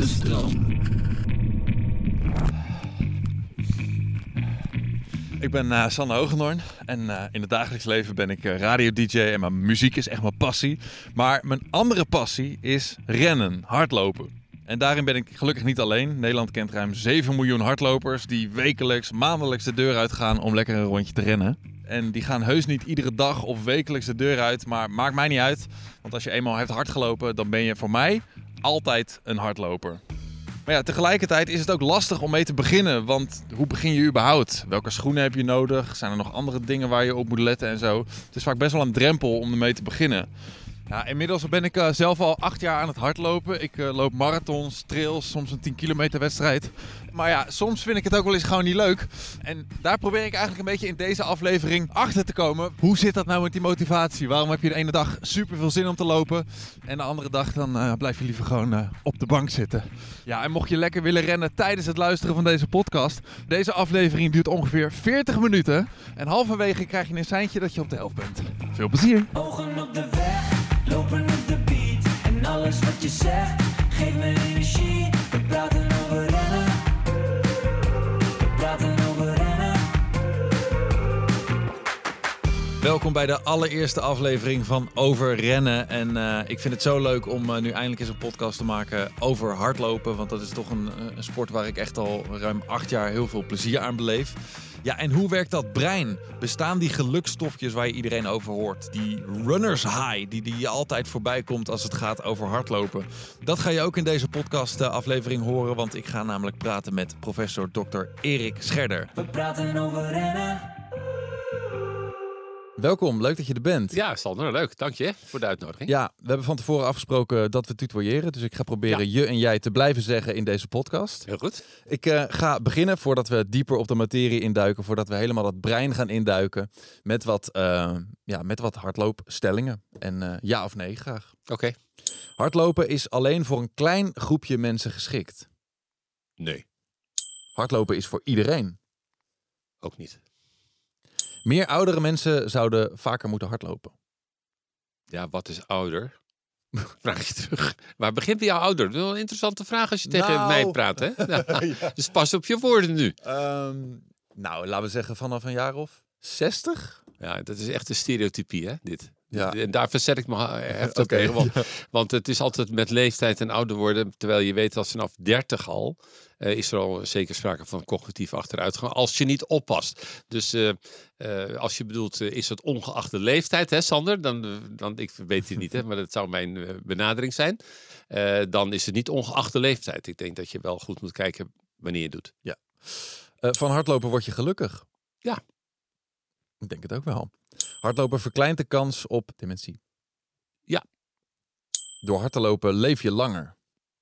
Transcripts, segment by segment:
de stroom. Ik ben Sanne Hogendoorn en in het dagelijks leven ben ik radio-dj en mijn muziek is echt mijn passie. Maar mijn andere passie is rennen, hardlopen. En daarin ben ik gelukkig niet alleen. Nederland kent ruim 7 miljoen hardlopers die wekelijks, maandelijks de deur uitgaan om lekker een rondje te rennen. En die gaan heus niet iedere dag of wekelijks de deur uit, maar maakt mij niet uit. Want als je eenmaal hebt hardgelopen, dan ben je voor mij altijd een hardloper. Maar ja, tegelijkertijd is het ook lastig om mee te beginnen, want hoe begin je überhaupt? Welke schoenen heb je nodig? Zijn er nog andere dingen waar je op moet letten en zo? Het is vaak best wel een drempel om ermee te beginnen. Ja, inmiddels ben ik zelf al 8 jaar aan het hardlopen. Ik loop marathons, trails, soms een 10 kilometer wedstrijd. Maar ja, soms vind ik het ook wel eens gewoon niet leuk. En daar probeer ik eigenlijk een beetje in deze aflevering achter te komen. Hoe zit dat nou met die motivatie? Waarom heb je de ene dag super veel zin om te lopen en de andere dag dan blijf je liever gewoon op de bank zitten? Ja, en mocht je lekker willen rennen tijdens het luisteren van deze podcast. Deze aflevering duurt ongeveer 40 minuten. En halverwege krijg je een seintje dat je op de helft bent. Veel plezier! Ogen op de weg, lopen op de beat. En alles wat je zegt, geeft me energie. We praten over rennen. We praten over rennen. Welkom bij de allereerste aflevering van Over Rennen. En ik vind het zo leuk om nu eindelijk eens een podcast te maken over hardlopen. Want dat is toch een sport waar ik echt al ruim 8 jaar heel veel plezier aan beleef. Ja, en hoe werkt dat brein? Bestaan die gelukstofjes waar je iedereen over hoort? Die runners high die je altijd voorbij komt als het gaat over hardlopen. Dat ga je ook in deze podcast aflevering horen. Want ik ga namelijk praten met professor Dr. Erik Scherder. We praten over rennen. Welkom, leuk dat je er bent. Ja, Sander, leuk. Dank je voor de uitnodiging. Ja, we hebben van tevoren afgesproken dat we tutoyeren. Dus ik ga proberen je en jij te blijven zeggen in deze podcast. Heel goed. Ik ga beginnen, voordat we dieper op de materie induiken, voordat we helemaal dat brein gaan induiken, met wat hardloopstellingen. En ja of nee, graag. Oké. Hardlopen is alleen voor een klein groepje mensen geschikt. Nee, Hardlopen is voor iedereen. ook niet. Meer oudere mensen zouden vaker moeten hardlopen. Ja, wat is ouder? Vraag je terug. Waar begint bij jou ouder? Dat is wel een interessante vraag als je tegen mij praat, hè? Nou, dus pas op je woorden nu. Laten we zeggen vanaf een jaar of 60? Ja, dat is echt een stereotypie, hè, dit. Ja. En daar verzet ik me heftig Oké. tegen. Want het is altijd met leeftijd en ouder worden. Terwijl je weet dat vanaf 30 al is er al zeker sprake van cognitieve achteruitgang. Als je niet oppast. Dus als je bedoelt, is het ongeacht de leeftijd, hè Sander? Dan ik weet het niet, hè, maar dat zou mijn benadering zijn. Dan is het niet ongeacht de leeftijd. Ik denk dat je wel goed moet kijken wanneer je het doet. Ja. Van hardlopen word je gelukkig. Ja. Ik denk het ook wel. Hardlopen verkleint de kans op dementie. Ja. Door hard te lopen leef je langer.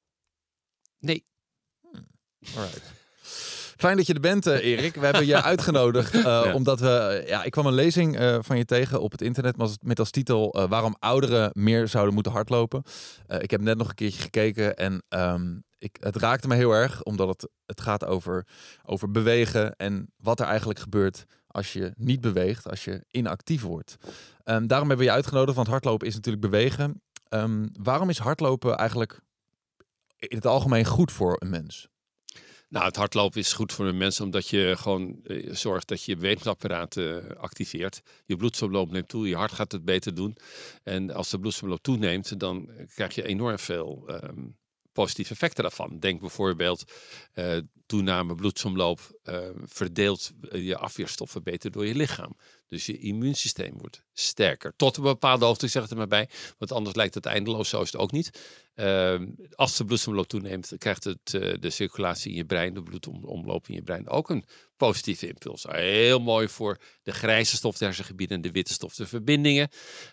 Nee. Alright. Fijn dat je er bent, Erik. We hebben je uitgenodigd omdat ik kwam een lezing van je tegen op het internet met als titel waarom ouderen meer zouden moeten hardlopen. Ik heb net nog een keertje gekeken en het raakte me heel erg, omdat het gaat over bewegen en wat er eigenlijk gebeurt als je niet beweegt, als je inactief wordt. Daarom hebben we je uitgenodigd, want hardlopen is natuurlijk bewegen. Waarom is hardlopen eigenlijk in het algemeen goed voor een mens? Nou, het hardlopen is goed voor een mens omdat je gewoon zorgt dat je bewegingsapparaat activeert. Je bloedsomloop neemt toe, je hart gaat het beter doen. En als de bloedsomloop toeneemt, dan krijg je enorm veel positieve effecten daarvan. Denk bijvoorbeeld toename bloedsomloop verdeelt je afweerstoffen beter door je lichaam. Dus je immuunsysteem wordt sterker. Tot een bepaalde hoogte, zeg het er maar bij. Want anders lijkt het eindeloos, zo is het ook niet. Als de bloedsomloop toeneemt, krijgt de circulatie in je brein, de bloedomloop in je brein, ook een positieve impuls. Heel mooi voor de grijze stof, de hersengebieden en de witte stof, de verbindingen.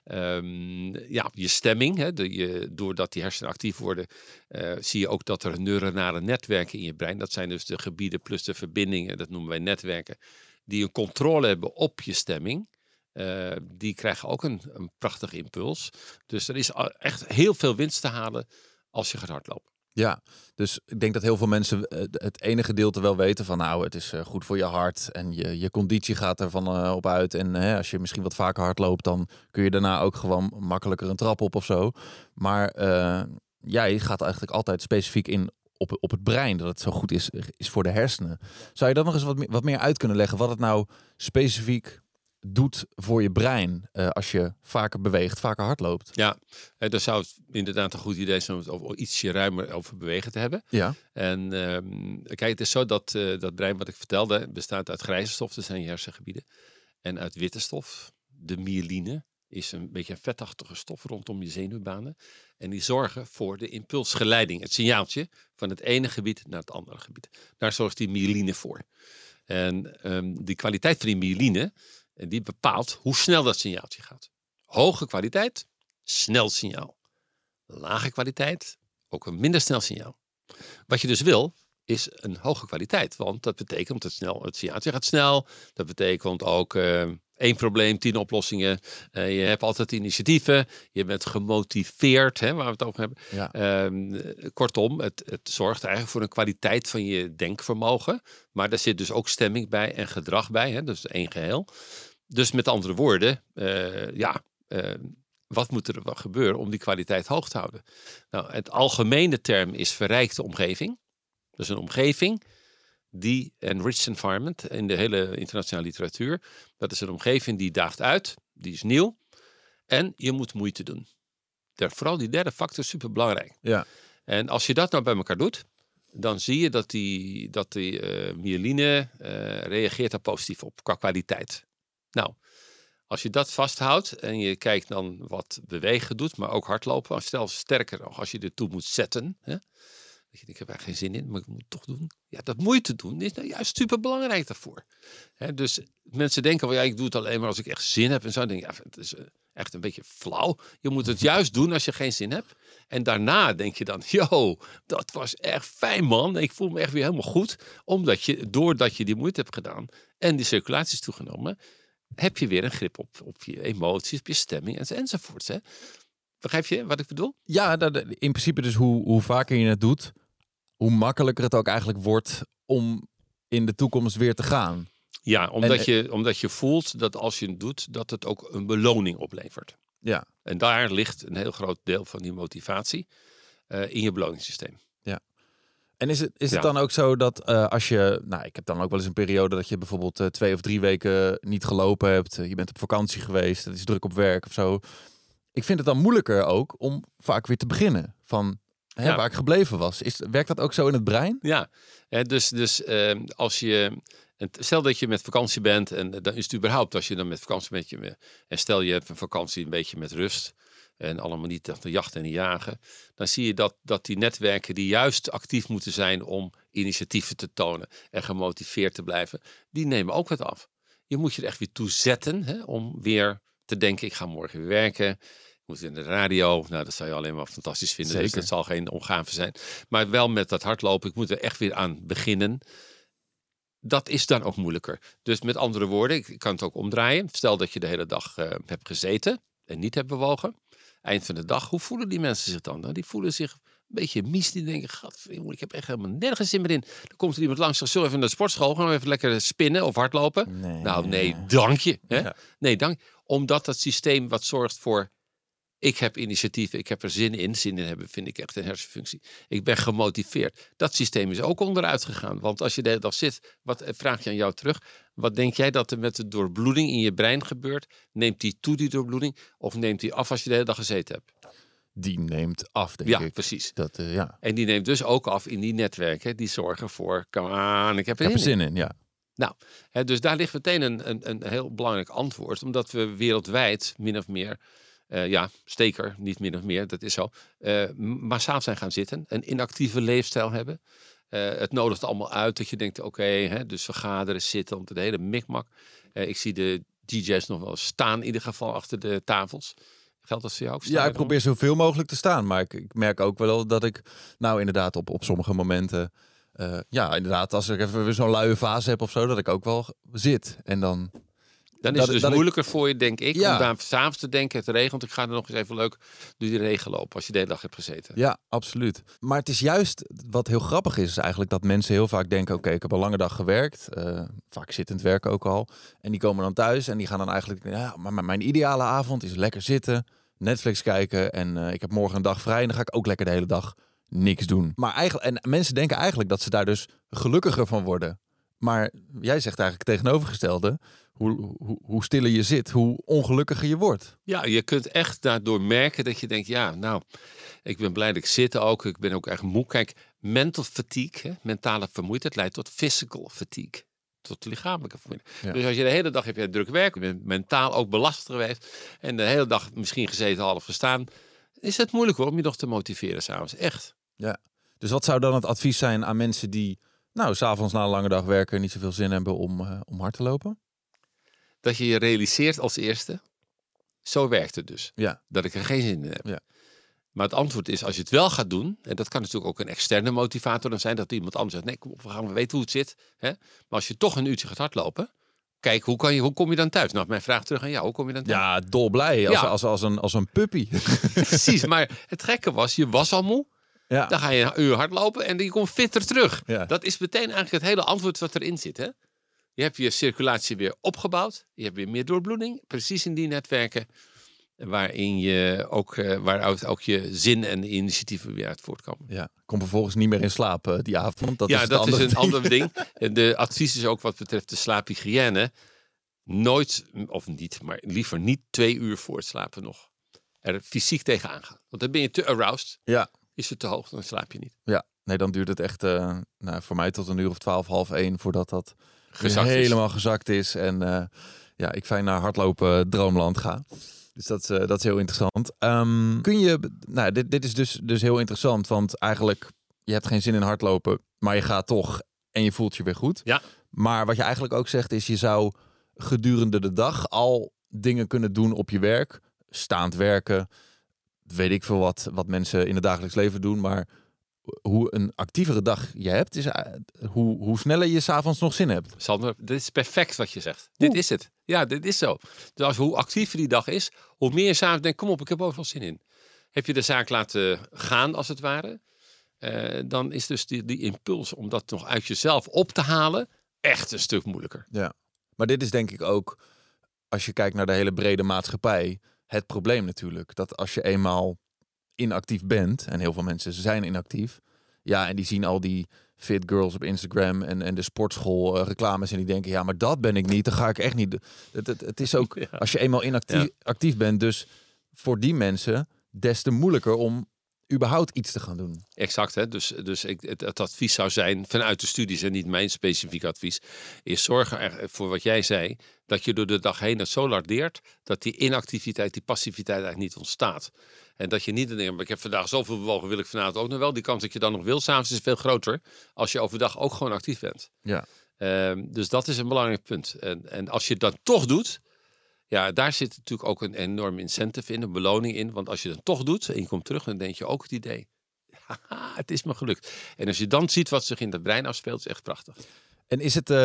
Je stemming, hè, doordat die hersenen actief worden, zie je ook dat er neuronale netwerken in je brein, dat zijn dus de gebieden plus de verbindingen, dat noemen wij netwerken, die een controle hebben op je stemming. Die krijgen ook een prachtige impuls. Dus er is echt heel veel winst te halen als je gaat hardlopen. Ja, dus ik denk dat heel veel mensen het ene gedeelte wel weten van nou, het is goed voor je hart en je conditie gaat ervan op uit. En als je misschien wat vaker hardloopt, dan kun je daarna ook gewoon makkelijker een trap op of zo. Maar je gaat eigenlijk altijd specifiek in op het brein, dat het zo goed is voor de hersenen. Zou je dat nog eens wat meer uit kunnen leggen? Wat het nou specifiek doet voor je brein als je vaker beweegt, vaker hardloopt? Ja, dan zou het inderdaad een goed idee zijn om het ietsje ruimer over bewegen te hebben. Ja. En kijk, het is zo dat dat brein wat ik vertelde bestaat uit grijze stof, dat zijn je hersengebieden. En uit witte stof, de myeline, is een beetje een vetachtige stof rondom je zenuwbanen. En die zorgen voor de impulsgeleiding, het signaaltje van het ene gebied naar het andere gebied. Daar zorgt die myeline voor. En die kwaliteit van die myeline, die bepaalt hoe snel dat signaaltje gaat. Hoge kwaliteit, snel signaal. Lage kwaliteit, ook een minder snel signaal. Wat je dus wil, is een hoge kwaliteit. Want dat betekent dat het signaaltje gaat snel. Dat betekent ook 1 probleem, 10 oplossingen. Je hebt altijd initiatieven. Je bent gemotiveerd, waar we het over hebben. Ja. Kortom, het zorgt eigenlijk voor een kwaliteit van je denkvermogen. Maar daar zit dus ook stemming bij en gedrag bij. Dus één geheel. Dus met andere woorden, wat moet er wel gebeuren om die kwaliteit hoog te houden? Nou, het algemene term is verrijkte omgeving. Dus een omgeving die enriched environment in de hele internationale literatuur. Dat is een omgeving die daagt uit, die is nieuw. En je moet moeite doen. Vooral die derde factor is super belangrijk. Ja. En als je dat nou bij elkaar doet, dan zie je dat die myeline reageert daar positief op qua kwaliteit. Nou, als je dat vasthoudt en je kijkt dan wat bewegen doet, maar ook hardlopen. Stel sterker nog, als je ertoe moet zetten. Dat je denkt, ik heb er geen zin in, maar ik moet het toch doen. Ja, dat moeite doen is nou juist super belangrijk daarvoor. Dus mensen denken wel, ik doe het alleen maar als ik echt zin heb. En zo denk ik, het is echt een beetje flauw. Je moet het juist doen als je geen zin hebt. En daarna denk je dan, dat was echt fijn man. Ik voel me echt weer helemaal goed. Doordat je die moeite hebt gedaan en die circulatie is toegenomen, heb je weer een grip op je emoties, op je stemming enzovoorts. Begrijp je wat ik bedoel? Ja, in principe dus hoe vaker je het doet, hoe makkelijker het ook eigenlijk wordt om in de toekomst weer te gaan. Ja, omdat je voelt dat als je het doet, dat het ook een beloning oplevert. Ja. En daar ligt een heel groot deel van die motivatie in je beloningssysteem. Ja. En is het dan ook zo dat als je... Nou, ik heb dan ook wel eens een periode dat je bijvoorbeeld 2 of 3 weken niet gelopen hebt. Je bent op vakantie geweest, het is druk op werk of zo. Ik vind het dan moeilijker ook om vaak weer te beginnen van waar ik gebleven was. Werkt dat ook zo in het brein? Ja, dus als je... Stel dat je met vakantie bent en dan is het überhaupt als je dan met vakantie bent. En stel je hebt een vakantie een beetje met rust en allemaal niet te jachten en jagen. Dan zie je dat die netwerken die juist actief moeten zijn om initiatieven te tonen en gemotiveerd te blijven, die nemen ook wat af. Je moet je er echt weer toe zetten om weer te denken, ik ga morgen weer werken. Ik moet in de radio. Nou, dat zou je alleen maar fantastisch vinden. Zeker. Dus dat zal geen omgave zijn. Maar wel met dat hardlopen, ik moet er echt weer aan beginnen. Dat is dan ook moeilijker. Dus met andere woorden, ik kan het ook omdraaien. Stel dat je de hele dag hebt gezeten en niet hebt bewogen. Eind van de dag, hoe voelen die mensen zich dan? Nou, die voelen zich een beetje mies. Die denken, ik heb echt helemaal nergens zin meer in. Dan komt er iemand langs, zegt, zullen we even naar de sportschool gaan? Even lekker spinnen of hardlopen? Nee. Nou, nee, dank je. Ja. Nee, dank. Omdat dat systeem wat zorgt voor... Ik heb initiatieven, ik heb er zin in. Zin in hebben vind ik echt een hersenfunctie. Ik ben gemotiveerd. Dat systeem is ook onderuit gegaan. Want als je de hele dag zit, wat vraag je aan jou terug? Wat denk jij dat er met de doorbloeding in je brein gebeurt? Neemt die toe, die doorbloeding? Of neemt die af als je de hele dag gezeten hebt? Die neemt af, denk ik. Ja, precies. Ja. En die neemt dus ook af in die netwerken. Die zorgen voor, come on, ik heb Ik heb er zin in, ja. Nou, dus daar ligt meteen een heel belangrijk antwoord. Omdat we wereldwijd min of meer... steker, niet min of meer, dat is zo. Massaal zijn gaan zitten. Een inactieve leefstijl hebben. Het nodigt allemaal uit dat je denkt, dus vergaderen, zitten, de hele mikmak. Ik zie de DJ's nog wel staan in ieder geval achter de tafels. Geldt dat voor jou ook? Ja, ik probeer zoveel mogelijk te staan. Maar ik merk ook wel dat ik, nou inderdaad, op sommige momenten... inderdaad, als ik even zo'n luie fase heb of zo, dat ik ook wel zit. En dan... Dan is het dus moeilijker voor je, denk ik, om daar s'avonds te denken, het regent, ik ga er nog eens even leuk door die regen lopen als je de hele dag hebt gezeten. Ja, absoluut. Maar het is juist, wat heel grappig is eigenlijk, dat mensen heel vaak denken, ik heb een lange dag gewerkt, vaak zittend werken ook al, en die komen dan thuis en die gaan dan eigenlijk, maar mijn ideale avond is lekker zitten, Netflix kijken en ik heb morgen een dag vrij en dan ga ik ook lekker de hele dag niks doen. Maar eigenlijk, en mensen denken eigenlijk dat ze daar dus gelukkiger van worden. Maar jij zegt eigenlijk het tegenovergestelde. Hoe stiller je zit, hoe ongelukkiger je wordt. Ja, je kunt echt daardoor merken dat je denkt, ja, nou, ik ben blij dat ik zit ook. Ik ben ook echt moe. Kijk, mental fatigue, hè, mentale vermoeidheid, leidt tot physical fatigue. Tot lichamelijke vermoeidheid. Ja. Dus als je de hele dag heb je druk werk, je bent mentaal ook belast geweest en de hele dag misschien gezeten, half gestaan, is het moeilijk hoor, om je nog te motiveren s'avonds. Echt. Ja. Dus wat zou dan het advies zijn aan mensen die, nou, 's avonds na een lange dag werken niet zoveel zin hebben om hard te lopen? Dat je je realiseert als eerste, zo werkt het dus. Ja. Dat ik er geen zin in heb. Ja. Maar het antwoord is, als je het wel gaat doen, en dat kan natuurlijk ook een externe motivator dan zijn, dat iemand anders zegt, nee, kom op, we weten hoe het zit. Hè? Maar als je toch een uurtje gaat hardlopen, kijk, hoe kom je dan thuis? Nou, mijn vraag terug aan jou, hoe kom je dan thuis? Ja, dolblij. Ja. Als een puppy. Precies, maar het gekke was, je was al moe, Ja. dan ga je een uur hardlopen en je komt fitter terug. Ja. Dat is meteen eigenlijk het hele antwoord wat erin zit. Hè? Je hebt je circulatie weer opgebouwd, je hebt weer meer doorbloeding, precies in die netwerken. Waarin je ook, waaruit ook je zin en de initiatieven weer uit voortkomen. Ja. Kom vervolgens niet meer in slaap die avond. Dat Ja, is dat is een ding. ander ding. En de advies is ook wat betreft de slaaphygiëne. Nooit, of niet, maar liever niet 2 uur voor het slapen nog. Er fysiek tegenaan gaan. Want dan ben je te aroused. Ja. Is het te hoog, dan slaap je niet. Ja. Nee, dan duurt het echt voor mij tot 1:00 of 12:30 voordat dat Gezakt is. helemaal gezakt is. En ik fijn naar hardlopen droomland ga. Dus dat is heel interessant. Kun je, nou, dit is dus heel interessant, want eigenlijk je hebt geen zin in hardlopen, maar je gaat toch en je voelt je weer goed. Ja. Maar wat je eigenlijk ook zegt is, je zou gedurende de dag al dingen kunnen doen op je werk, staand werken, weet ik veel wat mensen in het dagelijks leven doen, maar hoe een actievere dag je hebt, is hoe sneller je 's avonds nog zin hebt. Sander, dit is perfect wat je zegt. Dit is het. Ja, dit is zo. Dus hoe actiever die dag is, hoe meer je s'avonds denkt, kom op, ik heb overal zin in. Heb je de zaak laten gaan, als het ware, dan is dus die impuls om dat nog uit jezelf op te halen echt een stuk moeilijker. Ja, maar dit is denk ik ook, als je kijkt naar de hele brede maatschappij, het probleem natuurlijk. Dat als je eenmaal inactief bent, en heel veel mensen zijn inactief, ja, en die zien al die fit girls op Instagram en de sportschool reclames en die denken, ja, maar dat ben ik niet, dan ga ik echt niet. Het is ook, Ja. als je eenmaal actief bent, dus voor die mensen des te moeilijker om überhaupt iets te gaan doen. Exact, hè? Dus het advies zou zijn, vanuit de studies en niet mijn specifiek advies, is zorgen voor wat jij zei, dat je door de dag heen het zo lardeert, dat die inactiviteit, die passiviteit eigenlijk niet ontstaat. En dat je niet denkt, maar ik heb vandaag zoveel bewogen, wil ik vanavond ook nog wel. Die kans dat je dan nog wil, s'avonds is veel groter, als je overdag ook gewoon actief bent. Ja. Dus dat is een belangrijk punt. En als je het dan toch doet, ja, daar zit natuurlijk ook een enorm incentive in, een beloning in. Want als je het toch doet en je komt terug, dan denk je ook het idee, haha, het is me gelukt. En als je dan ziet wat zich in het brein afspeelt, is echt prachtig. En is het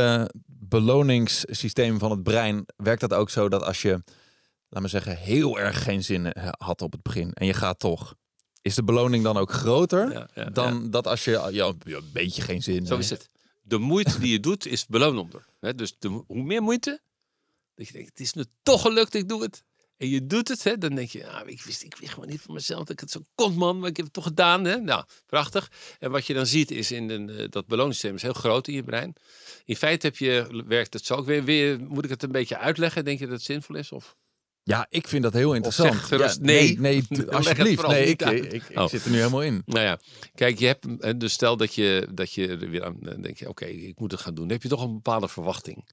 beloningssysteem van het brein, werkt dat ook zo dat als je, laat maar zeggen, heel erg geen zin had op het begin en je gaat toch, is de beloning dan ook groter dan dat als je een beetje geen zin hebt? Zo is het. De moeite die je doet, is belonender. Dus hoe meer moeite, dat je denkt, het is me toch gelukt, ik doe het. En je doet het, hè, dan denk je, ik wist gewoon niet van mezelf dat ik het zo kon, man, maar ik heb het toch gedaan. Hè? Nou, prachtig. En wat je dan ziet is, dat beloningssysteem is heel groot in je brein. In feite werkt het zo. Moet ik het een beetje uitleggen? Denk je dat het zinvol is? Of? Ja, ik vind dat heel interessant. zeg gerust Ja, nee. nee, Leg het alsjeblieft. vooral Nee, niet ik uit. zit er nu helemaal in. Nou ja, kijk, je hebt, dus stel dat je er weer aan denk je, oké, ik moet het gaan doen. Dan heb je toch een bepaalde verwachting.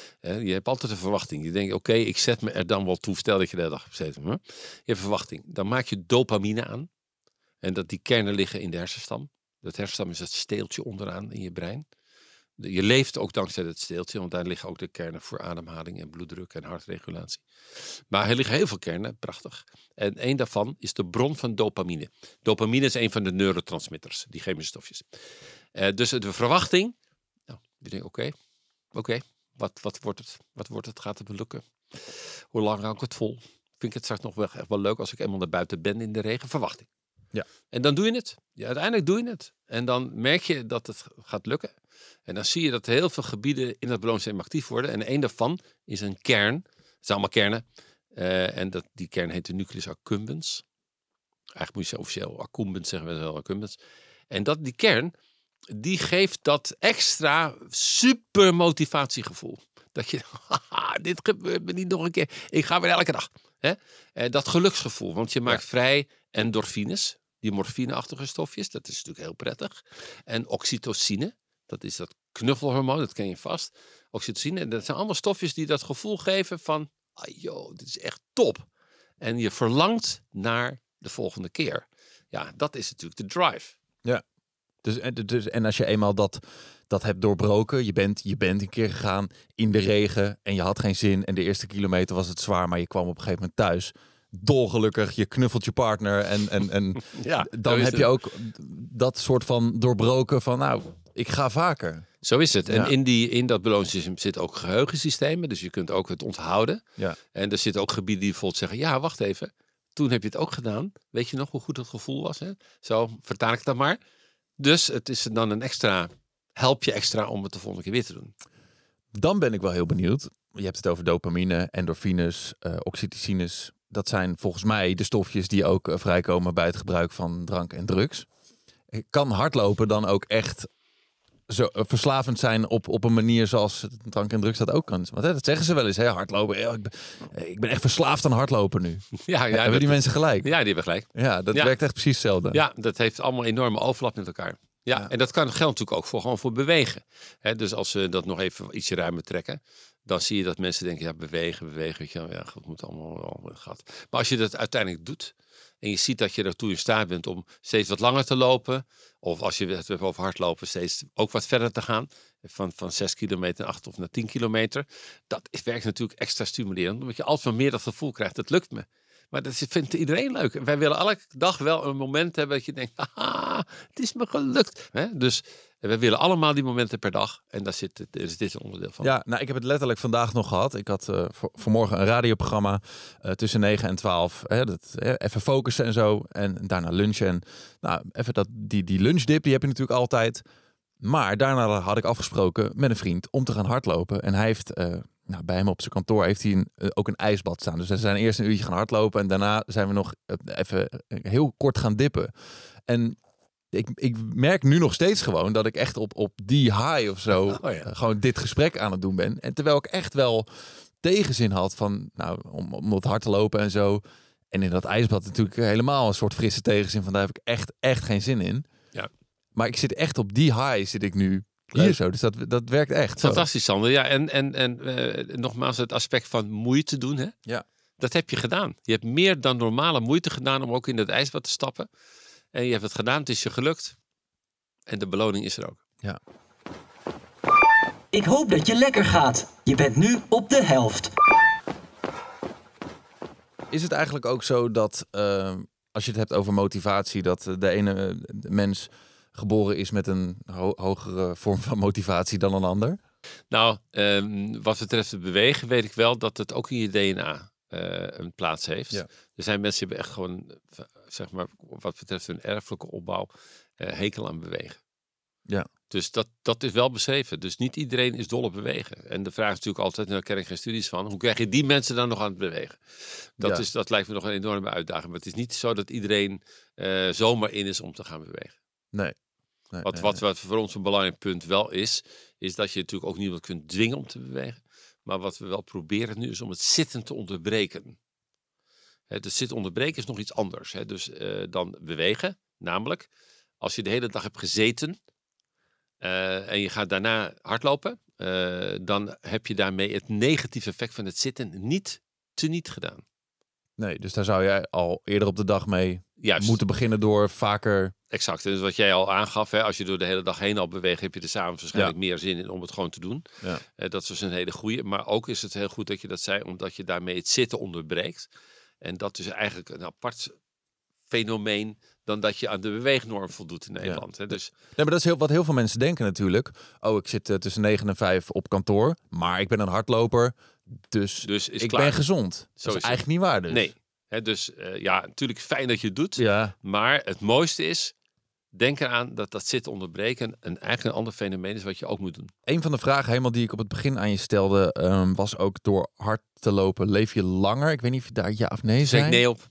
Je hebt altijd een verwachting. Je denkt, oké, ik zet me er dan wel toe. Stel dat je de hele dag hebt gezeten. Je hebt verwachting. Dan maak je dopamine aan. En die kernen liggen in de hersenstam. Dat hersenstam is het steeltje onderaan in je brein. Je leeft ook dankzij het steeltje, want daar liggen ook de kernen voor ademhaling en bloeddruk en hartregulatie. Maar er liggen heel veel kernen, prachtig. En één daarvan is de bron van dopamine. Dopamine is een van de neurotransmitters, die chemische stofjes. Dus de verwachting, je denkt oké, wat wordt het? Wat wordt het? Gaat het me lukken? Hoe lang hou ik het vol? Vind ik het straks nog wel echt wel leuk als ik eenmaal naar buiten ben in de regen? Verwachting. Ja. En dan doe je het. Ja, uiteindelijk doe je het. En dan merk je dat het gaat lukken. En dan zie je dat heel veel gebieden in het beloningssysteem actief worden. En één daarvan is een kern. Het zijn allemaal kernen. En die kern heet de nucleus accumbens. Eigenlijk moet je officieel accumbens zeggen, we wel accumbens. En die kern, die geeft dat extra super motivatiegevoel. Dat je, haha, dit gebeurt me niet nog een keer. Ik ga weer elke dag. Hè? Dat geluksgevoel, want je maakt vrij endorfines, die morfineachtige stofjes. Dat is natuurlijk heel prettig. En oxytocine, dat is dat knuffelhormoon, dat ken je vast. Oxytocine, en dat zijn allemaal stofjes die dat gevoel geven van, joh, dit is echt top. En je verlangt naar de volgende keer. Ja, dat is natuurlijk de drive. Ja. En als je eenmaal dat hebt doorbroken, je bent een keer gegaan in de regen en je had geen zin en de eerste kilometer was het zwaar, maar je kwam op een gegeven moment thuis. Dolgelukkig, je knuffelt je partner en Ja, dan heb je ook dat soort van doorbroken van nou, ik ga vaker. Zo is het. Ja. En in dat beloningssysteem zitten ook geheugensystemen. Dus je kunt ook het onthouden. Ja. En er zitten ook gebieden die bijvoorbeeld zeggen, ja, wacht even. Toen heb je het ook gedaan. Weet je nog hoe goed het gevoel was? Hè? Zo vertaal ik het dan maar. Dus het is dan een extra, help je extra om het de volgende keer weer te doen. Dan ben ik wel heel benieuwd. Je hebt het over dopamine, endorfines, oxytocines. Dat zijn volgens mij de stofjes die ook vrijkomen bij het gebruik van drank en drugs. Kan hardlopen dan ook echt zo verslavend zijn op een manier zoals drank en drugs dat ook kan? Want dat zeggen ze wel eens, hè, hardlopen. Ik ben echt verslaafd aan hardlopen nu. Ja, Hebben die mensen gelijk? Ja, die hebben gelijk. Ja, dat werkt echt precies hetzelfde. Ja, dat heeft allemaal enorme overlap met elkaar. Ja, en dat geldt natuurlijk ook gewoon voor bewegen. Dus als we dat nog even ietsje ruimer trekken, dan zie je dat mensen denken, ja, bewegen. Weet je, ja, het moet allemaal wel gat. Maar als je dat uiteindelijk doet en je ziet dat je ertoe in staat bent om steeds wat langer te lopen, of als je het hebt over hardlopen, steeds ook wat verder te gaan, van 6 kilometer naar 8 of naar 10 kilometer, dat werkt natuurlijk extra stimulerend, omdat je altijd maar meer dat gevoel krijgt, dat lukt me. Maar dat vindt iedereen leuk. Wij willen elke dag wel een moment hebben dat je denkt, haha, het is me gelukt. Dus we willen allemaal die momenten per dag. En daar is dit een onderdeel van. Ja, nou, ik heb het letterlijk vandaag nog gehad. Ik had vanmorgen een radioprogramma tussen 9 en 12. Even focussen en zo. En daarna lunchen. En nou, even die lunchdip, die heb je natuurlijk altijd. Maar daarna had ik afgesproken met een vriend om te gaan hardlopen. En hij heeft... bij hem op zijn kantoor heeft hij ook een ijsbad staan. Dus we zijn eerst een uurtje gaan hardlopen. En daarna zijn we nog even heel kort gaan dippen. En ik merk nu nog steeds gewoon dat ik echt op die high of zo gewoon dit gesprek aan het doen ben. En terwijl ik echt wel tegenzin had van, nou, om het hard te lopen en zo. En in dat ijsbad natuurlijk helemaal een soort frisse tegenzin van, daar heb ik echt geen zin in. Ja. Maar ik zit echt op die high zit ik nu hier zo. Dus dat werkt echt. Fantastisch, Sander. Ja, en nogmaals het aspect van moeite doen. Hè? Ja. Dat heb je gedaan. Je hebt meer dan normale moeite gedaan om ook in dat ijsbad te stappen. En je hebt het gedaan, het is je gelukt. En de beloning is er ook. Ja. Ik hoop dat je lekker gaat. Je bent nu op de helft. Is het eigenlijk ook zo dat, als je het hebt over motivatie, dat de ene mens geboren is met een hogere vorm van motivatie dan een ander? Nou, wat betreft het bewegen weet ik wel dat het ook in je DNA een plaats heeft. Ja. Er zijn mensen die hebben echt gewoon, zeg maar, wat betreft hun erfelijke opbouw, hekel aan bewegen. Ja. Dus dat is wel beschreven. Dus niet iedereen is dol op bewegen. En de vraag is natuurlijk altijd, en daar ken ik geen studies van, hoe krijg je die mensen dan nog aan het bewegen? Dat lijkt me nog een enorme uitdaging. Maar het is niet zo dat iedereen zomaar in is om te gaan bewegen. Nee. Wat voor ons een belangrijk punt wel is dat je natuurlijk ook niemand kunt dwingen om te bewegen. Maar wat we wel proberen nu is om het zitten te onderbreken. Het zitten onderbreken is nog iets anders. Dus dan bewegen. Namelijk, als je de hele dag hebt gezeten en je gaat daarna hardlopen, dan heb je daarmee het negatieve effect van het zitten niet gedaan. Nee, dus daar zou jij al eerder op de dag mee moeten beginnen door vaker... Exact. En dus wat jij al aangaf, als je door de hele dag heen al beweegt, heb je er s'avonds waarschijnlijk meer zin in om het gewoon te doen. Ja. Dat is dus een hele goeie. Maar ook is het heel goed dat je dat zei, omdat je daarmee het zitten onderbreekt. En dat is eigenlijk een apart fenomeen dan dat je aan de beweegnorm voldoet in Nederland. Ja. Dus... Nee, maar dat is wat heel veel mensen denken natuurlijk. Oh, ik zit tussen 9 en 5 op kantoor, maar ik ben een hardloper, dus ik ben gezond. Dat is eigenlijk niet waar dus. Nee. Dus natuurlijk fijn dat je het doet. Ja. Maar het mooiste is, denk eraan dat zitten onderbreken eigenlijk een ander fenomeen is wat je ook moet doen. Een van de vragen helemaal die ik op het begin aan je stelde, was ook door hard te lopen leef je langer? Ik weet niet of je daar ja of nee zei. Zeg nee op.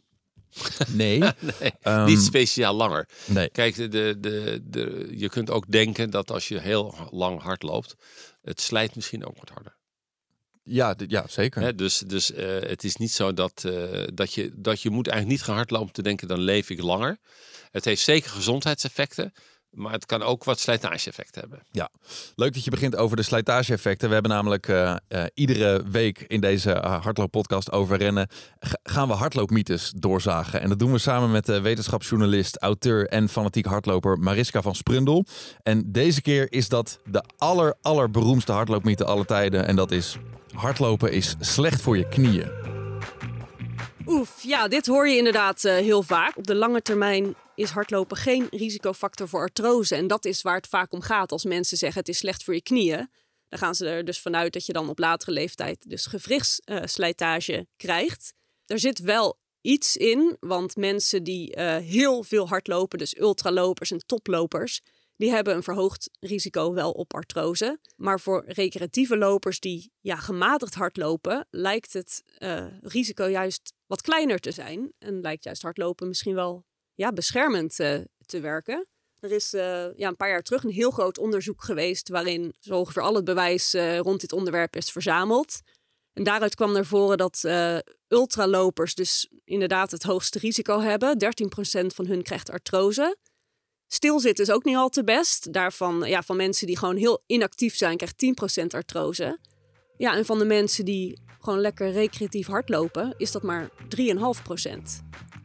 Nee. Niet speciaal langer. Nee. Kijk, je kunt ook denken dat als je heel lang hard loopt, het slijt misschien ook wat harder. Ja, zeker. Hè, dus het is niet zo dat je moet eigenlijk niet gaan hardlopen om te denken, dan leef ik langer. Het heeft zeker gezondheidseffecten, maar het kan ook wat slijtage-effecten hebben. Ja, leuk dat je begint over de slijtage-effecten. We hebben namelijk iedere week in deze hardlooppodcast over rennen gaan we hardloopmythes doorzagen. En dat doen we samen met de wetenschapsjournalist, auteur en fanatiek hardloper Mariska van Sprundel. En deze keer is dat de allerberoemdste hardloopmythe aller tijden. En dat is: hardlopen is slecht voor je knieën. Oef, ja, dit hoor je inderdaad heel vaak. Op de lange termijn is hardlopen geen risicofactor voor artrose. En dat is waar het vaak om gaat als mensen zeggen het is slecht voor je knieën. Dan gaan ze er dus vanuit dat je dan op latere leeftijd dus gewrichtsslijtage krijgt. Er zit wel iets in, want mensen die heel veel hardlopen, dus ultralopers en toplopers, die hebben een verhoogd risico wel op artrose. Maar voor recreatieve lopers die gematigd hardlopen, lijkt het risico juist wat kleiner te zijn. En lijkt juist hardlopen misschien wel beschermend te werken. Er is een paar jaar terug een heel groot onderzoek geweest waarin zo ongeveer al het bewijs rond dit onderwerp is verzameld. En daaruit kwam naar voren dat ultralopers dus inderdaad het hoogste risico hebben. 13% van hun krijgt artrose. Stilzitten is ook niet al te best. Daarvan, van mensen die gewoon heel inactief zijn, krijgt 10% artrose. Ja, en van de mensen die gewoon lekker recreatief hardlopen, is dat maar 3,5%.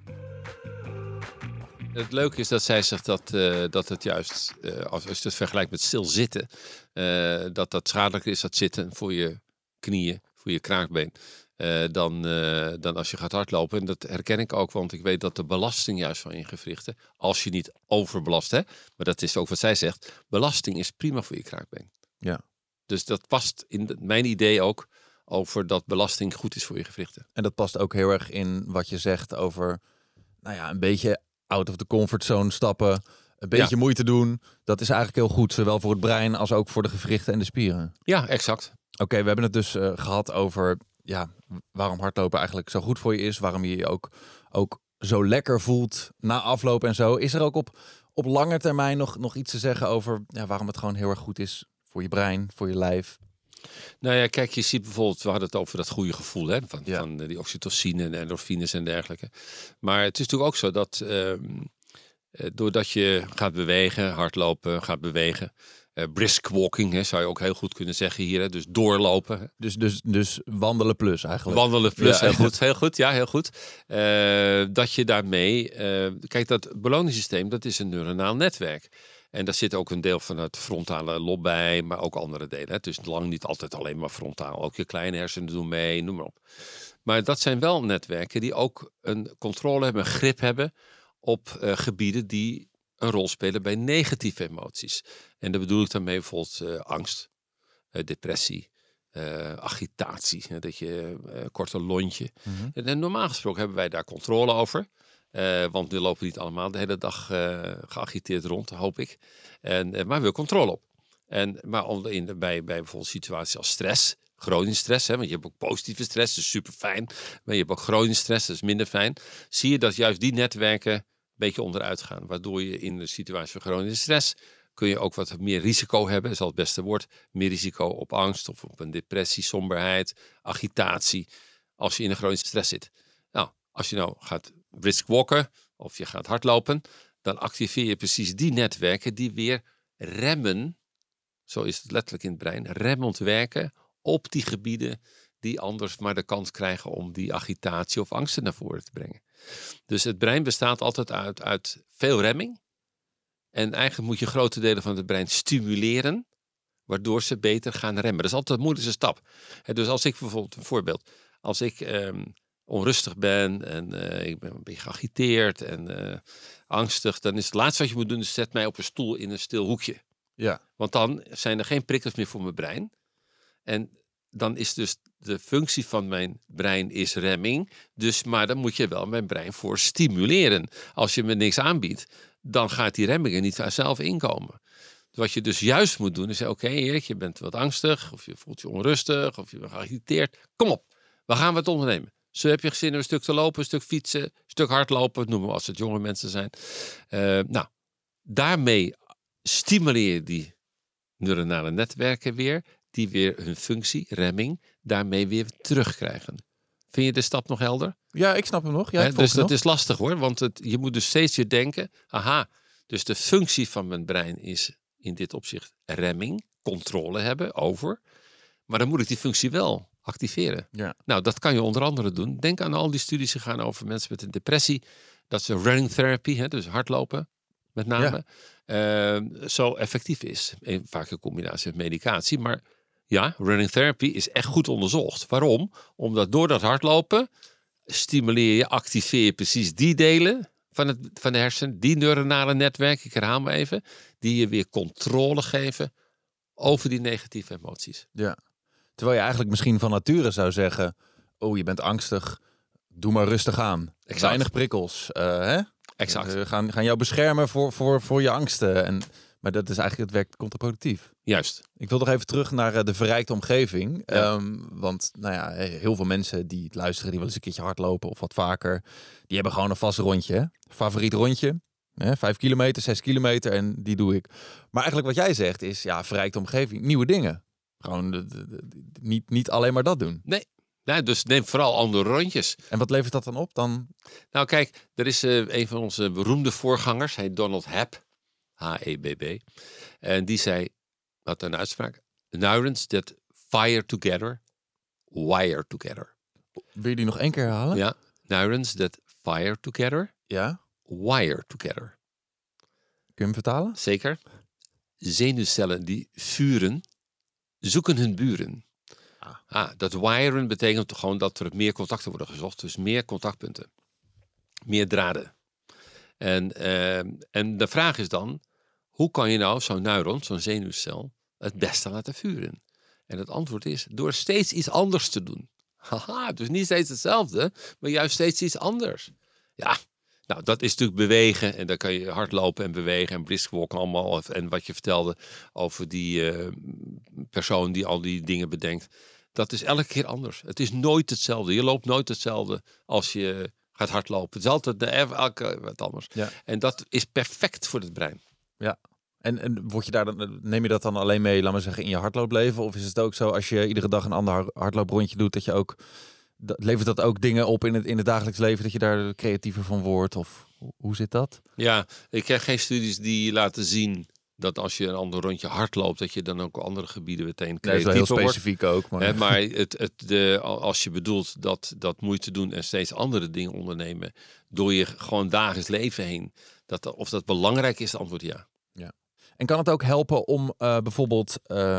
Het leuke is dat zij zegt dat het juist, als je het vergelijkt met stilzitten, dat schadelijker is, dat zitten voor je knieën, voor je kraakbeen, dan als je gaat hardlopen. En dat herken ik ook, want ik weet dat de belasting juist van je gewrichten, als je niet overbelast, maar dat is ook wat zij zegt, belasting is prima voor je kraakbeen. Ja. Dus dat past in mijn idee ook over dat belasting goed is voor je gewrichten. En dat past ook heel erg in wat je zegt over een beetje out of the comfort zone stappen, een beetje moeite doen. Dat is eigenlijk heel goed, zowel voor het brein als ook voor de gewrichten en de spieren. Ja, exact. Oké, we hebben het dus gehad over waarom hardlopen eigenlijk zo goed voor je is, waarom je je ook zo lekker voelt na afloop en zo. Is er ook op lange termijn nog iets te zeggen over waarom het gewoon heel erg goed is voor je brein, voor je lijf? Nou ja, kijk, je ziet bijvoorbeeld, we hadden het over dat goede gevoel van die oxytocine en endorfines en dergelijke. Maar het is natuurlijk ook zo dat doordat je gaat bewegen, hardlopen, gaat bewegen, brisk walking, zou je ook heel goed kunnen zeggen hier, dus doorlopen. Dus wandelen plus eigenlijk. Wandelen plus, heel goed, heel goed. Dat je daarmee, kijk, dat beloningssysteem, dat is een neuronaal netwerk. En daar zit ook een deel van het frontale lob bij, maar ook andere delen. Het is lang niet altijd alleen maar frontaal. Ook je kleine hersenen doen mee, noem maar op. Maar dat zijn wel netwerken die ook een controle hebben, een grip hebben op gebieden die een rol spelen bij negatieve emoties. En daar bedoel ik daarmee bijvoorbeeld angst, depressie, agitatie, dat je korte lontje. Mm-hmm. En normaal gesproken hebben wij daar controle over. Want we lopen niet allemaal de hele dag geagiteerd rond, hoop ik. Maar we hebben controle op. Maar bij bijvoorbeeld situaties als stress, chronische stress, want je hebt ook positieve stress, dat is super fijn. Maar je hebt ook chronische stress, dat is minder fijn. Zie je dat juist die netwerken een beetje onderuit gaan. Waardoor je in de situatie van chronische stress kun je ook wat meer risico hebben, dat is al het beste woord. Meer risico op angst of op een depressie, somberheid, agitatie. Als je in een chronische stress zit. Nou, als je nou gaat brisk walken of je gaat hardlopen, dan activeer je precies die netwerken die weer remmen, zo is het letterlijk in het brein, remmend werken op die gebieden die anders maar de kans krijgen om die agitatie of angsten naar voren te brengen. Dus het brein bestaat altijd uit veel remming. En eigenlijk moet je grote delen van het brein stimuleren, waardoor ze beter gaan remmen. Dat is altijd de moeilijkste stap. Dus als ik bijvoorbeeld, een voorbeeld, als ik onrustig ben en ik ben een beetje geagiteerd en angstig, dan is het laatste wat je moet doen, is zet mij op een stoel in een stil hoekje. Ja. Want dan zijn er geen prikkels meer voor mijn brein. En dan is dus de functie van mijn brein is remming. Maar dan moet je wel mijn brein voor stimuleren. Als je me niks aanbiedt, dan gaat die remming er niet vanzelf inkomen. Wat je dus juist moet doen is zeggen, oké, Erik, je bent wat angstig, of je voelt je onrustig, of je bent geagiteerd. Kom op, we gaan wat ondernemen. Zo heb je zin om een stuk te lopen, een stuk fietsen, een stuk hardlopen. Noemen we als het jonge mensen zijn. Nou, daarmee stimuleer je die neuronale netwerken weer. Die weer hun functie, remming, daarmee weer terugkrijgen. Vind je de stap nog helder? Ja, ik snap hem nog. Ja, Dus dat is lastig hoor. Want je moet dus steeds weer denken. Aha, dus de functie van mijn brein is in dit opzicht remming. Controle hebben over. Maar dan moet ik die functie wel activeren. Ja. Nou, dat kan je onder andere doen. Denk aan al die studies die gaan over mensen met een depressie. Dat ze running therapy, dus hardlopen met name, zo effectief is. Vaak een combinatie met medicatie. Maar ja, running therapy is echt goed onderzocht. Waarom? Omdat door dat hardlopen stimuleer je, activeer je precies die delen van de hersenen, die neuronale netwerken, ik herhaal me even, die je weer controle geven over die negatieve emoties. Ja. Terwijl je eigenlijk misschien van nature zou zeggen, oh, je bent angstig, doe maar rustig aan. Exact. Weinig prikkels. Hè? Exact. Gaan jou beschermen voor je angsten. Maar dat is eigenlijk, het werkt contraproductief. Juist. Ik wil nog even terug naar de verrijkte omgeving. Ja. Want nou ja, heel veel mensen die luisteren, die wel eens een keertje hardlopen of wat vaker, die hebben gewoon een vast rondje. Hè? Favoriet rondje. 5 kilometer, 6 kilometer en die doe ik. Maar eigenlijk wat jij zegt is, ja, verrijkte omgeving, nieuwe dingen. Gewoon niet alleen maar dat doen. Nee, dus neem vooral andere rondjes. En wat levert dat dan op? Nou kijk, er is een van onze beroemde voorgangers, hij Donald Hebb, H-E-B-B. En die zei, wat een uitspraak, neurons that fire together, wire together. Wil je die nog één keer herhalen? Ja, neurons that fire together, Ja. wire together. Kun je hem vertalen? Zeker. Zenuwcellen die vuren, zoeken hun buren. Dat wiren betekent gewoon dat er meer contacten worden gezocht. Dus meer contactpunten. Meer draden. En de vraag is dan, hoe kan je nou zo'n neuron, zo'n zenuwcel, het beste laten vuren? En het antwoord is, door steeds iets anders te doen. Haha, dus niet steeds hetzelfde, maar juist steeds iets anders. Ja, nou dat is natuurlijk bewegen. En dan kan je hardlopen en bewegen en briskwalk allemaal. En wat je vertelde over die persoon die al die dingen bedenkt. Dat is elke keer anders. Het is nooit hetzelfde. Je loopt nooit hetzelfde als je gaat hardlopen. Het is altijd elke wat anders. Ja. En dat is perfect voor het brein. Ja. En word je daar dan, neem je dat dan alleen mee, laat maar zeggen, in je hardloopleven? Of is het ook zo, als je iedere dag een ander hardlooprondje doet, dat je ook, levert dat ook dingen op in het dagelijks leven, dat je daar creatiever van wordt? Of hoe zit dat? Ja, ik ken geen studies die laten zien dat als je een ander rondje hardloopt, dat je dan ook op andere gebieden meteen creatiever dat is wel heel wordt. specifiek ook. Maar, Als je bedoelt dat moeite doen en steeds andere dingen ondernemen, door je gewoon dagelijks leven heen, of dat belangrijk is, het antwoord ja. En kan het ook helpen om bijvoorbeeld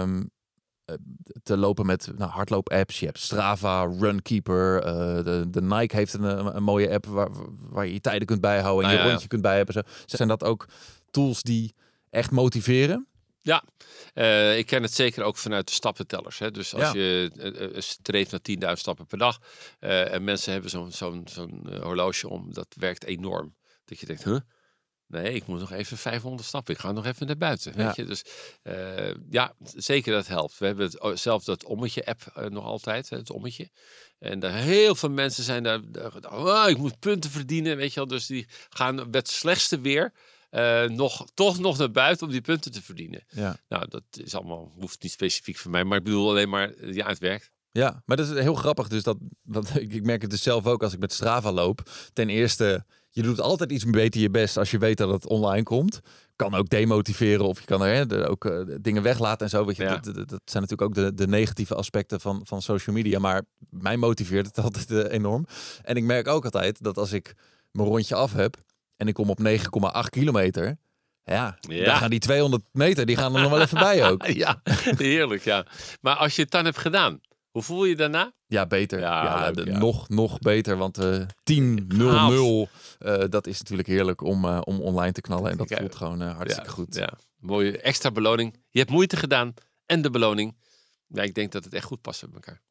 te lopen met hardloop-apps? Je hebt Strava, Runkeeper. De Nike heeft een mooie app waar je je tijden kunt bijhouden en je rondje kunt bijhouden. Zo. Zijn dat ook tools die echt motiveren? Ja, ik ken het zeker ook vanuit de stappentellers. Hè. Dus als je streeft naar 10.000 stappen per dag en mensen hebben zo'n horloge om, dat werkt enorm. Dat je denkt, nee, ik moet nog even 500 stappen. Ik ga nog even naar buiten. Weet je? Dus zeker dat helpt. We hebben zelf dat ommetje-app nog altijd. Het ommetje. En daar heel veel mensen zijn daar. Ik moet punten verdienen. Weet je wel. Dus die gaan met het slechtste weer toch nog naar buiten om die punten te verdienen. Ja. Nou, dat is allemaal, hoeft niet specifiek voor mij. Maar ik bedoel alleen maar, het werkt. Ja, maar dat is heel grappig. Dus ik merk het dus zelf ook als ik met Strava loop. Ten eerste, je doet altijd iets beter je best als je weet dat het online komt. Kan ook demotiveren of je kan er ook dingen weglaten en zo. Weet je, dat zijn natuurlijk ook de negatieve aspecten van social media. Maar mij motiveert het altijd enorm. En ik merk ook altijd dat als ik mijn rondje af heb en ik kom op 9,8 kilometer... Ja, dan gaan die 200 meter, die gaan er nog wel even bij ook. Ja, heerlijk, ja. Maar als je het dan hebt gedaan, hoe voel je je daarna? Ja, beter. Nog beter, want 10-0-0, dat is natuurlijk heerlijk om online te knallen. En dat voelt gewoon hartstikke goed. Ja, mooie extra beloning. Je hebt moeite gedaan en de beloning. Ja, ik denk dat het echt goed past met elkaar. Ja.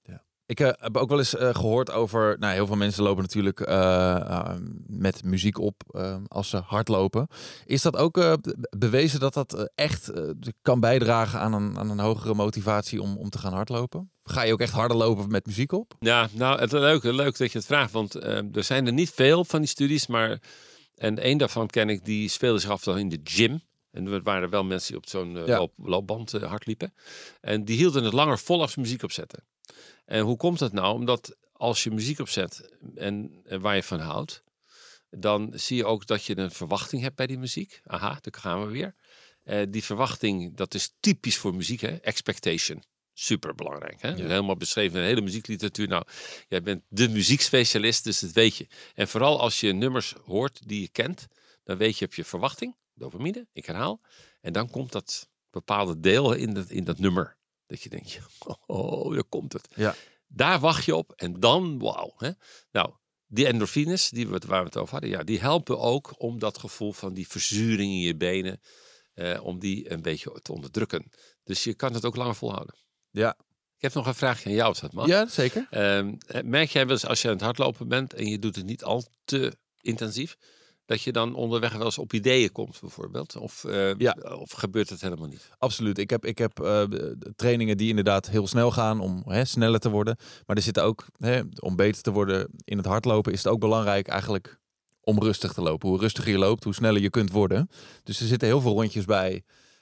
Ik heb ook wel eens gehoord over... Nou, heel veel mensen lopen natuurlijk met muziek op als ze hardlopen. Is dat ook bewezen dat dat echt kan bijdragen aan een hogere motivatie om te gaan hardlopen? Ga je ook echt harder lopen met muziek op? Ja, nou, het is leuk dat je het vraagt. Want er zijn er niet veel van die studies. En één daarvan ken ik, die speelde zich af dan in de gym. En er waren wel mensen die op zo'n loopband hard liepen. En die hielden het langer vol als ze muziek opzetten. En hoe komt dat nou? Omdat als je muziek opzet en waar je van houdt, dan zie je ook dat je een verwachting hebt bij die muziek. Aha, daar gaan we weer. Die verwachting, dat is typisch voor muziek, hè? Expectation. Super belangrijk. Hè? Ja. Helemaal beschreven in de hele muziekliteratuur. Nou, jij bent de muziekspecialist, dus dat weet je. En vooral als je nummers hoort die je kent, dan weet je, heb je verwachting, dopamine, ik herhaal. En dan komt dat bepaalde deel in dat nummer. Dat je denkt, oh, daar komt het. Ja. Daar wacht je op en dan, wauw. Hè? Nou, die endorfines, waar we het over hadden, ja, die helpen ook om dat gevoel van die verzuring in je benen, om die een beetje te onderdrukken. Dus je kan het ook langer volhouden. Ja. Ik heb nog een vraagje aan jou, als dat mag. Ja, zeker. Merk jij wel eens als je aan het hardlopen bent en je doet het niet al te intensief, dat je dan onderweg wel eens op ideeën komt bijvoorbeeld? Of gebeurt het helemaal niet? Absoluut. Ik heb trainingen die inderdaad heel snel gaan om sneller te worden. Maar er zitten ook, om beter te worden in het hardlopen, is het ook belangrijk eigenlijk om rustig te lopen. Hoe rustiger je loopt, hoe sneller je kunt worden. Dus er zitten heel veel rondjes bij.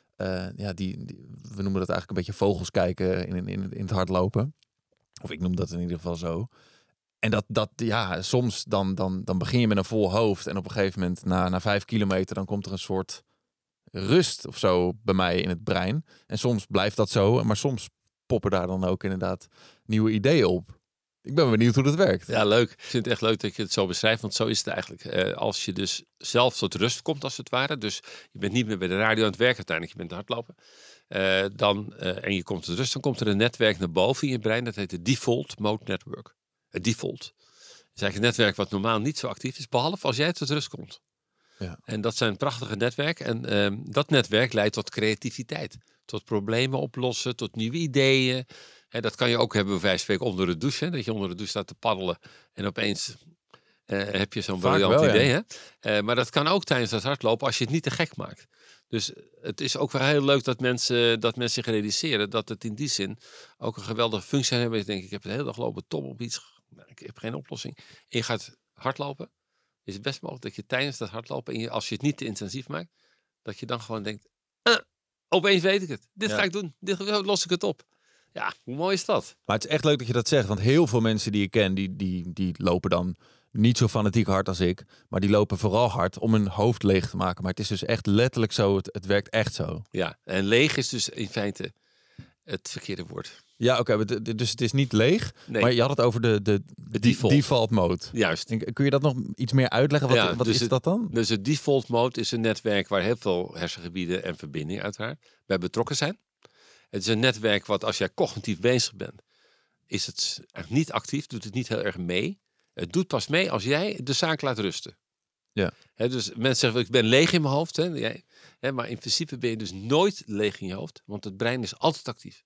We noemen dat eigenlijk een beetje vogels kijken in het hardlopen. Of ik noem dat in ieder geval zo. En soms dan begin je met een vol hoofd. En op een gegeven moment, na 5 kilometer, dan komt er een soort rust of zo bij mij in het brein. En soms blijft dat zo. Maar soms poppen daar dan ook inderdaad nieuwe ideeën op. Ik ben benieuwd hoe dat werkt. Ja, leuk. Ik vind het echt leuk dat je het zo beschrijft, want zo is het eigenlijk. Als je dus zelf tot rust komt, als het ware. Dus je bent niet meer bij de radio aan het werk uiteindelijk. Je bent aan het hardlopen. En je komt tot rust, dan komt er een netwerk naar boven in je brein. Dat heet het Default Mode Network. Het Default. Het is eigenlijk een netwerk wat normaal niet zo actief is, behalve als jij tot rust komt. Ja. En dat zijn prachtige netwerken. En dat netwerk leidt tot creativiteit. Tot problemen oplossen, tot nieuwe ideeën. En dat kan je ook hebben, bij wijze van spreken, onder de douche. Hè? Dat je onder de douche staat te paddelen en opeens heb je zo'n briljant idee. Hè? Maar dat kan ook tijdens het hardlopen als je het niet te gek maakt. Dus het is ook wel heel leuk dat mensen zich realiseren dat het in die zin ook een geweldige functie hebben. Je denkt, ik heb de hele dag lopen top op iets. Nou, ik heb geen oplossing. En je gaat hardlopen. Is het best mogelijk dat je tijdens dat hardlopen, als je het niet te intensief maakt, dat je dan gewoon denkt, opeens weet ik het. Dit ga ik doen. Dit los ik het op. Ja, hoe mooi is dat? Maar het is echt leuk dat je dat zegt. Want heel veel mensen die ik ken, die lopen dan niet zo fanatiek hard als ik. Maar die lopen vooral hard om hun hoofd leeg te maken. Maar het is dus echt letterlijk zo. Het werkt echt zo. Ja, en leeg is dus in feite het verkeerde woord. Ja, oké. Dus het is niet leeg. Nee. Maar je had het over de default mode. Juist. Kun je dat nog iets meer uitleggen? Wat dus is dat dan? Dus het default mode is een netwerk waar heel veel hersengebieden en verbindingen uiteraard bij betrokken zijn. Het is een netwerk wat als jij cognitief bezig bent, is het eigenlijk niet actief, doet het niet heel erg mee. Het doet pas mee als jij de zaak laat rusten. Ja. Dus mensen zeggen, ik ben leeg in mijn hoofd. Maar in principe ben je dus nooit leeg in je hoofd, want het brein is altijd actief.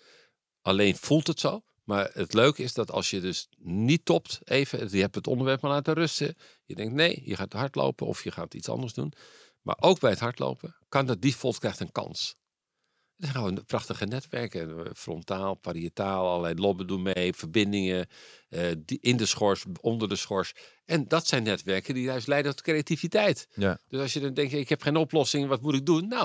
Alleen voelt het zo. Maar het leuke is dat als je dus niet topt even, je hebt het onderwerp maar laten rusten. Je denkt nee, je gaat hardlopen of je gaat iets anders doen. Maar ook bij het hardlopen kan dat default krijgt een kans. Er zijn gewoon prachtige netwerken. Frontaal, parietaal, allerlei lobben doen mee, verbindingen, in de schors, onder de schors. En dat zijn netwerken die juist leiden tot creativiteit. Ja. Dus als je dan denkt, ik heb geen oplossing, wat moet ik doen? Nou,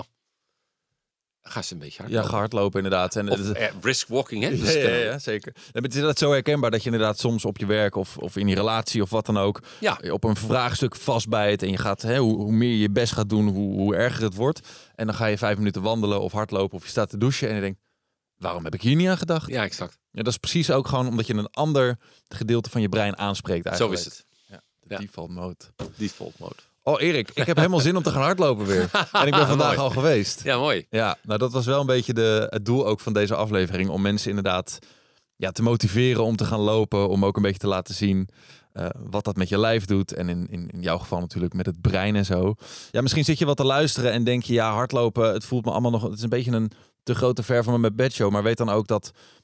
ga ze een beetje hardlopen. Ja, ga hardlopen inderdaad. En of brisk walking, hè? Dus ja, zeker. En het is dat zo herkenbaar dat je inderdaad soms op je werk of in die relatie of wat dan ook op een vraagstuk vastbijt en je gaat, hoe meer je je best gaat doen, hoe erger het wordt. En dan ga je 5 minuten wandelen of hardlopen of je staat te douchen en je denkt, waarom heb ik hier niet aan gedacht? Ja, exact. Ja, dat is precies ook gewoon omdat je een ander gedeelte van je brein aanspreekt eigenlijk. Zo is het. Ja, de default mode. Default mode. Oh Erik, ik heb helemaal zin om te gaan hardlopen weer. En ik ben vandaag al geweest. Ja, mooi. Ja, nou dat was wel een beetje het doel ook van deze aflevering. Om mensen inderdaad te motiveren om te gaan lopen. Om ook een beetje te laten zien wat dat met je lijf doet. En in jouw geval natuurlijk met het brein en zo. Ja, misschien zit je wat te luisteren en denk je, ja, hardlopen, het voelt me allemaal nog. Het is een beetje een te grote ver van mijn bedshow. Maar weet dan ook dat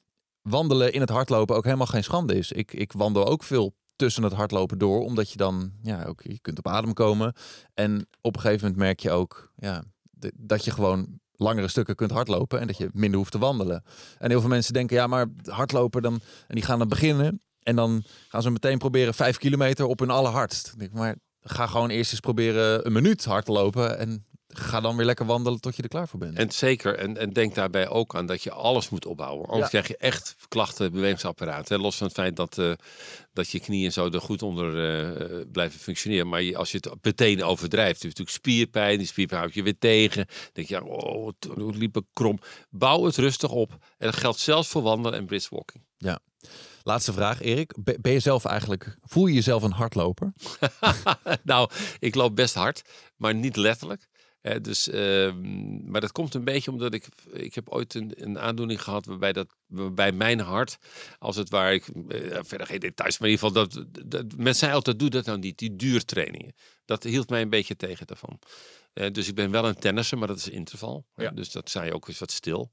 wandelen in het hardlopen ook helemaal geen schande is. Ik wandel ook veel tussen het hardlopen door, omdat je dan ook je kunt op adem komen. En op een gegeven moment merk je ook dat je gewoon langere stukken kunt hardlopen en dat je minder hoeft te wandelen. En heel veel mensen denken, maar hardlopen dan, en die gaan dan beginnen en dan gaan ze meteen proberen 5 kilometer op hun allerhardst. Ik denk, maar ga gewoon eerst eens proberen een minuut hard te lopen en ga dan weer lekker wandelen tot je er klaar voor bent. En zeker. En denk daarbij ook aan dat je alles moet opbouwen. Anders krijg je echt klachten, bewegingsapparaat. Hè? Los van het feit dat je knieën zo er goed onder blijven functioneren. Maar als je het meteen overdrijft, heb je natuurlijk spierpijn. Die spierpijn houd je weer tegen. Dan denk je, het liep ik krom. Bouw het rustig op. En dat geldt zelfs voor wandelen en brisk walking. Ja. Laatste vraag, Erik. Ben je zelf eigenlijk, voel je jezelf een hardloper? Nou, ik loop best hard, maar niet letterlijk. Maar dat komt een beetje omdat ik heb ooit een aandoening gehad waarbij mijn hart, als het ware, verder geen details, maar in ieder geval men zei altijd, doe dat nou niet, die duurtrainingen. Dat hield mij een beetje tegen daarvan. Dus ik ben wel een tennisser, maar dat is interval. Ja. Dus dat zei ook eens wat stil.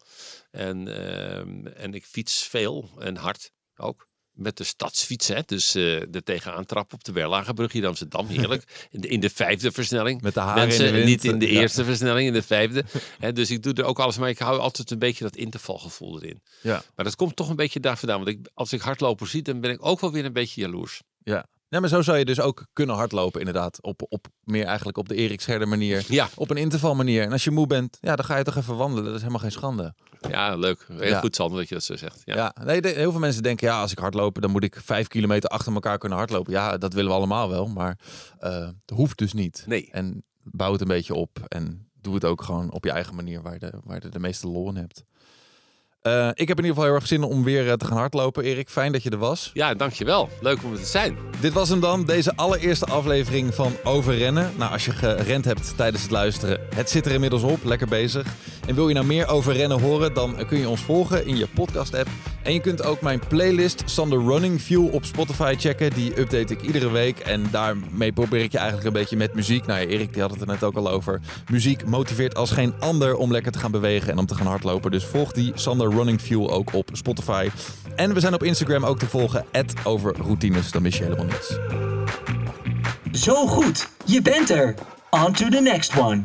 En ik fiets veel en hard ook. Met de stadsfiets, hè? Dus er tegenaan trappen op de Berlagebrug hier in Amsterdam. Heerlijk. In de 5e versnelling. Met de haren mensen, in de wind. niet in de eerste versnelling, in de 5e. Dus ik doe er ook alles. Maar ik hou altijd een beetje dat intervalgevoel erin. Ja. Maar dat komt toch een beetje daar vandaan. Want als ik hardlopers zie, dan ben ik ook wel weer een beetje jaloers. Ja. Ja, maar zo zou je dus ook kunnen hardlopen inderdaad. Op meer eigenlijk op de Erik Scherder manier. Ja. Op een interval manier. En als je moe bent, dan ga je toch even wandelen. Dat is helemaal geen schande. Ja, leuk. Heel goed, Sander, dat je dat zo zegt. Ja. Nee, heel veel mensen denken, als ik hardloop, dan moet ik 5 kilometer achter elkaar kunnen hardlopen. Ja, dat willen we allemaal wel. Maar het hoeft dus niet. Nee. En bouw het een beetje op. En doe het ook gewoon op je eigen manier waar je de meeste lol in hebt. Ik heb in ieder geval heel erg zin om weer te gaan hardlopen. Erik, fijn dat je er was. Ja, dankjewel. Leuk om het te zijn. Dit was hem dan, deze allereerste aflevering van Overrennen. Nou, als je gerend hebt tijdens het luisteren, het zit er inmiddels op. Lekker bezig. En wil je nou meer over rennen horen, dan kun je ons volgen in je podcast-app. En je kunt ook mijn playlist Sander Running Fuel op Spotify checken. Die update ik iedere week. En daarmee probeer ik je eigenlijk een beetje met muziek. Nou ja, Erik die had het er net ook al over. Muziek motiveert als geen ander om lekker te gaan bewegen en om te gaan hardlopen. Dus volg die Sander Running Fuel ook op Spotify. En we zijn op Instagram ook te volgen, @overroutines. Dan mis je helemaal niets. Zo goed, je bent er. On to the next one.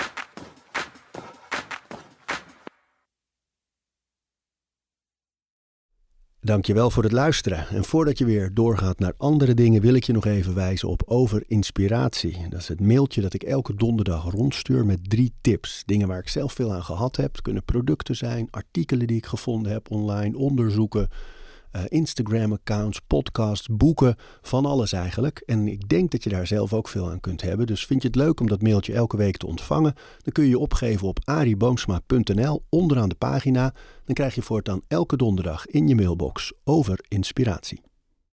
Dankjewel voor het luisteren. En voordat je weer doorgaat naar andere dingen, wil ik je nog even wijzen op Overinspiratie. Dat is het mailtje dat ik elke donderdag rondstuur met 3 tips. Dingen waar ik zelf veel aan gehad heb. Het kunnen producten zijn, artikelen die ik gevonden heb online, onderzoeken, Instagram-accounts, podcasts, boeken, van alles eigenlijk. En ik denk dat je daar zelf ook veel aan kunt hebben. Dus vind je het leuk om dat mailtje elke week te ontvangen? Dan kun je je opgeven op arieboomsma.nl onderaan de pagina. Dan krijg je voortaan elke donderdag in je mailbox Overinspiratie.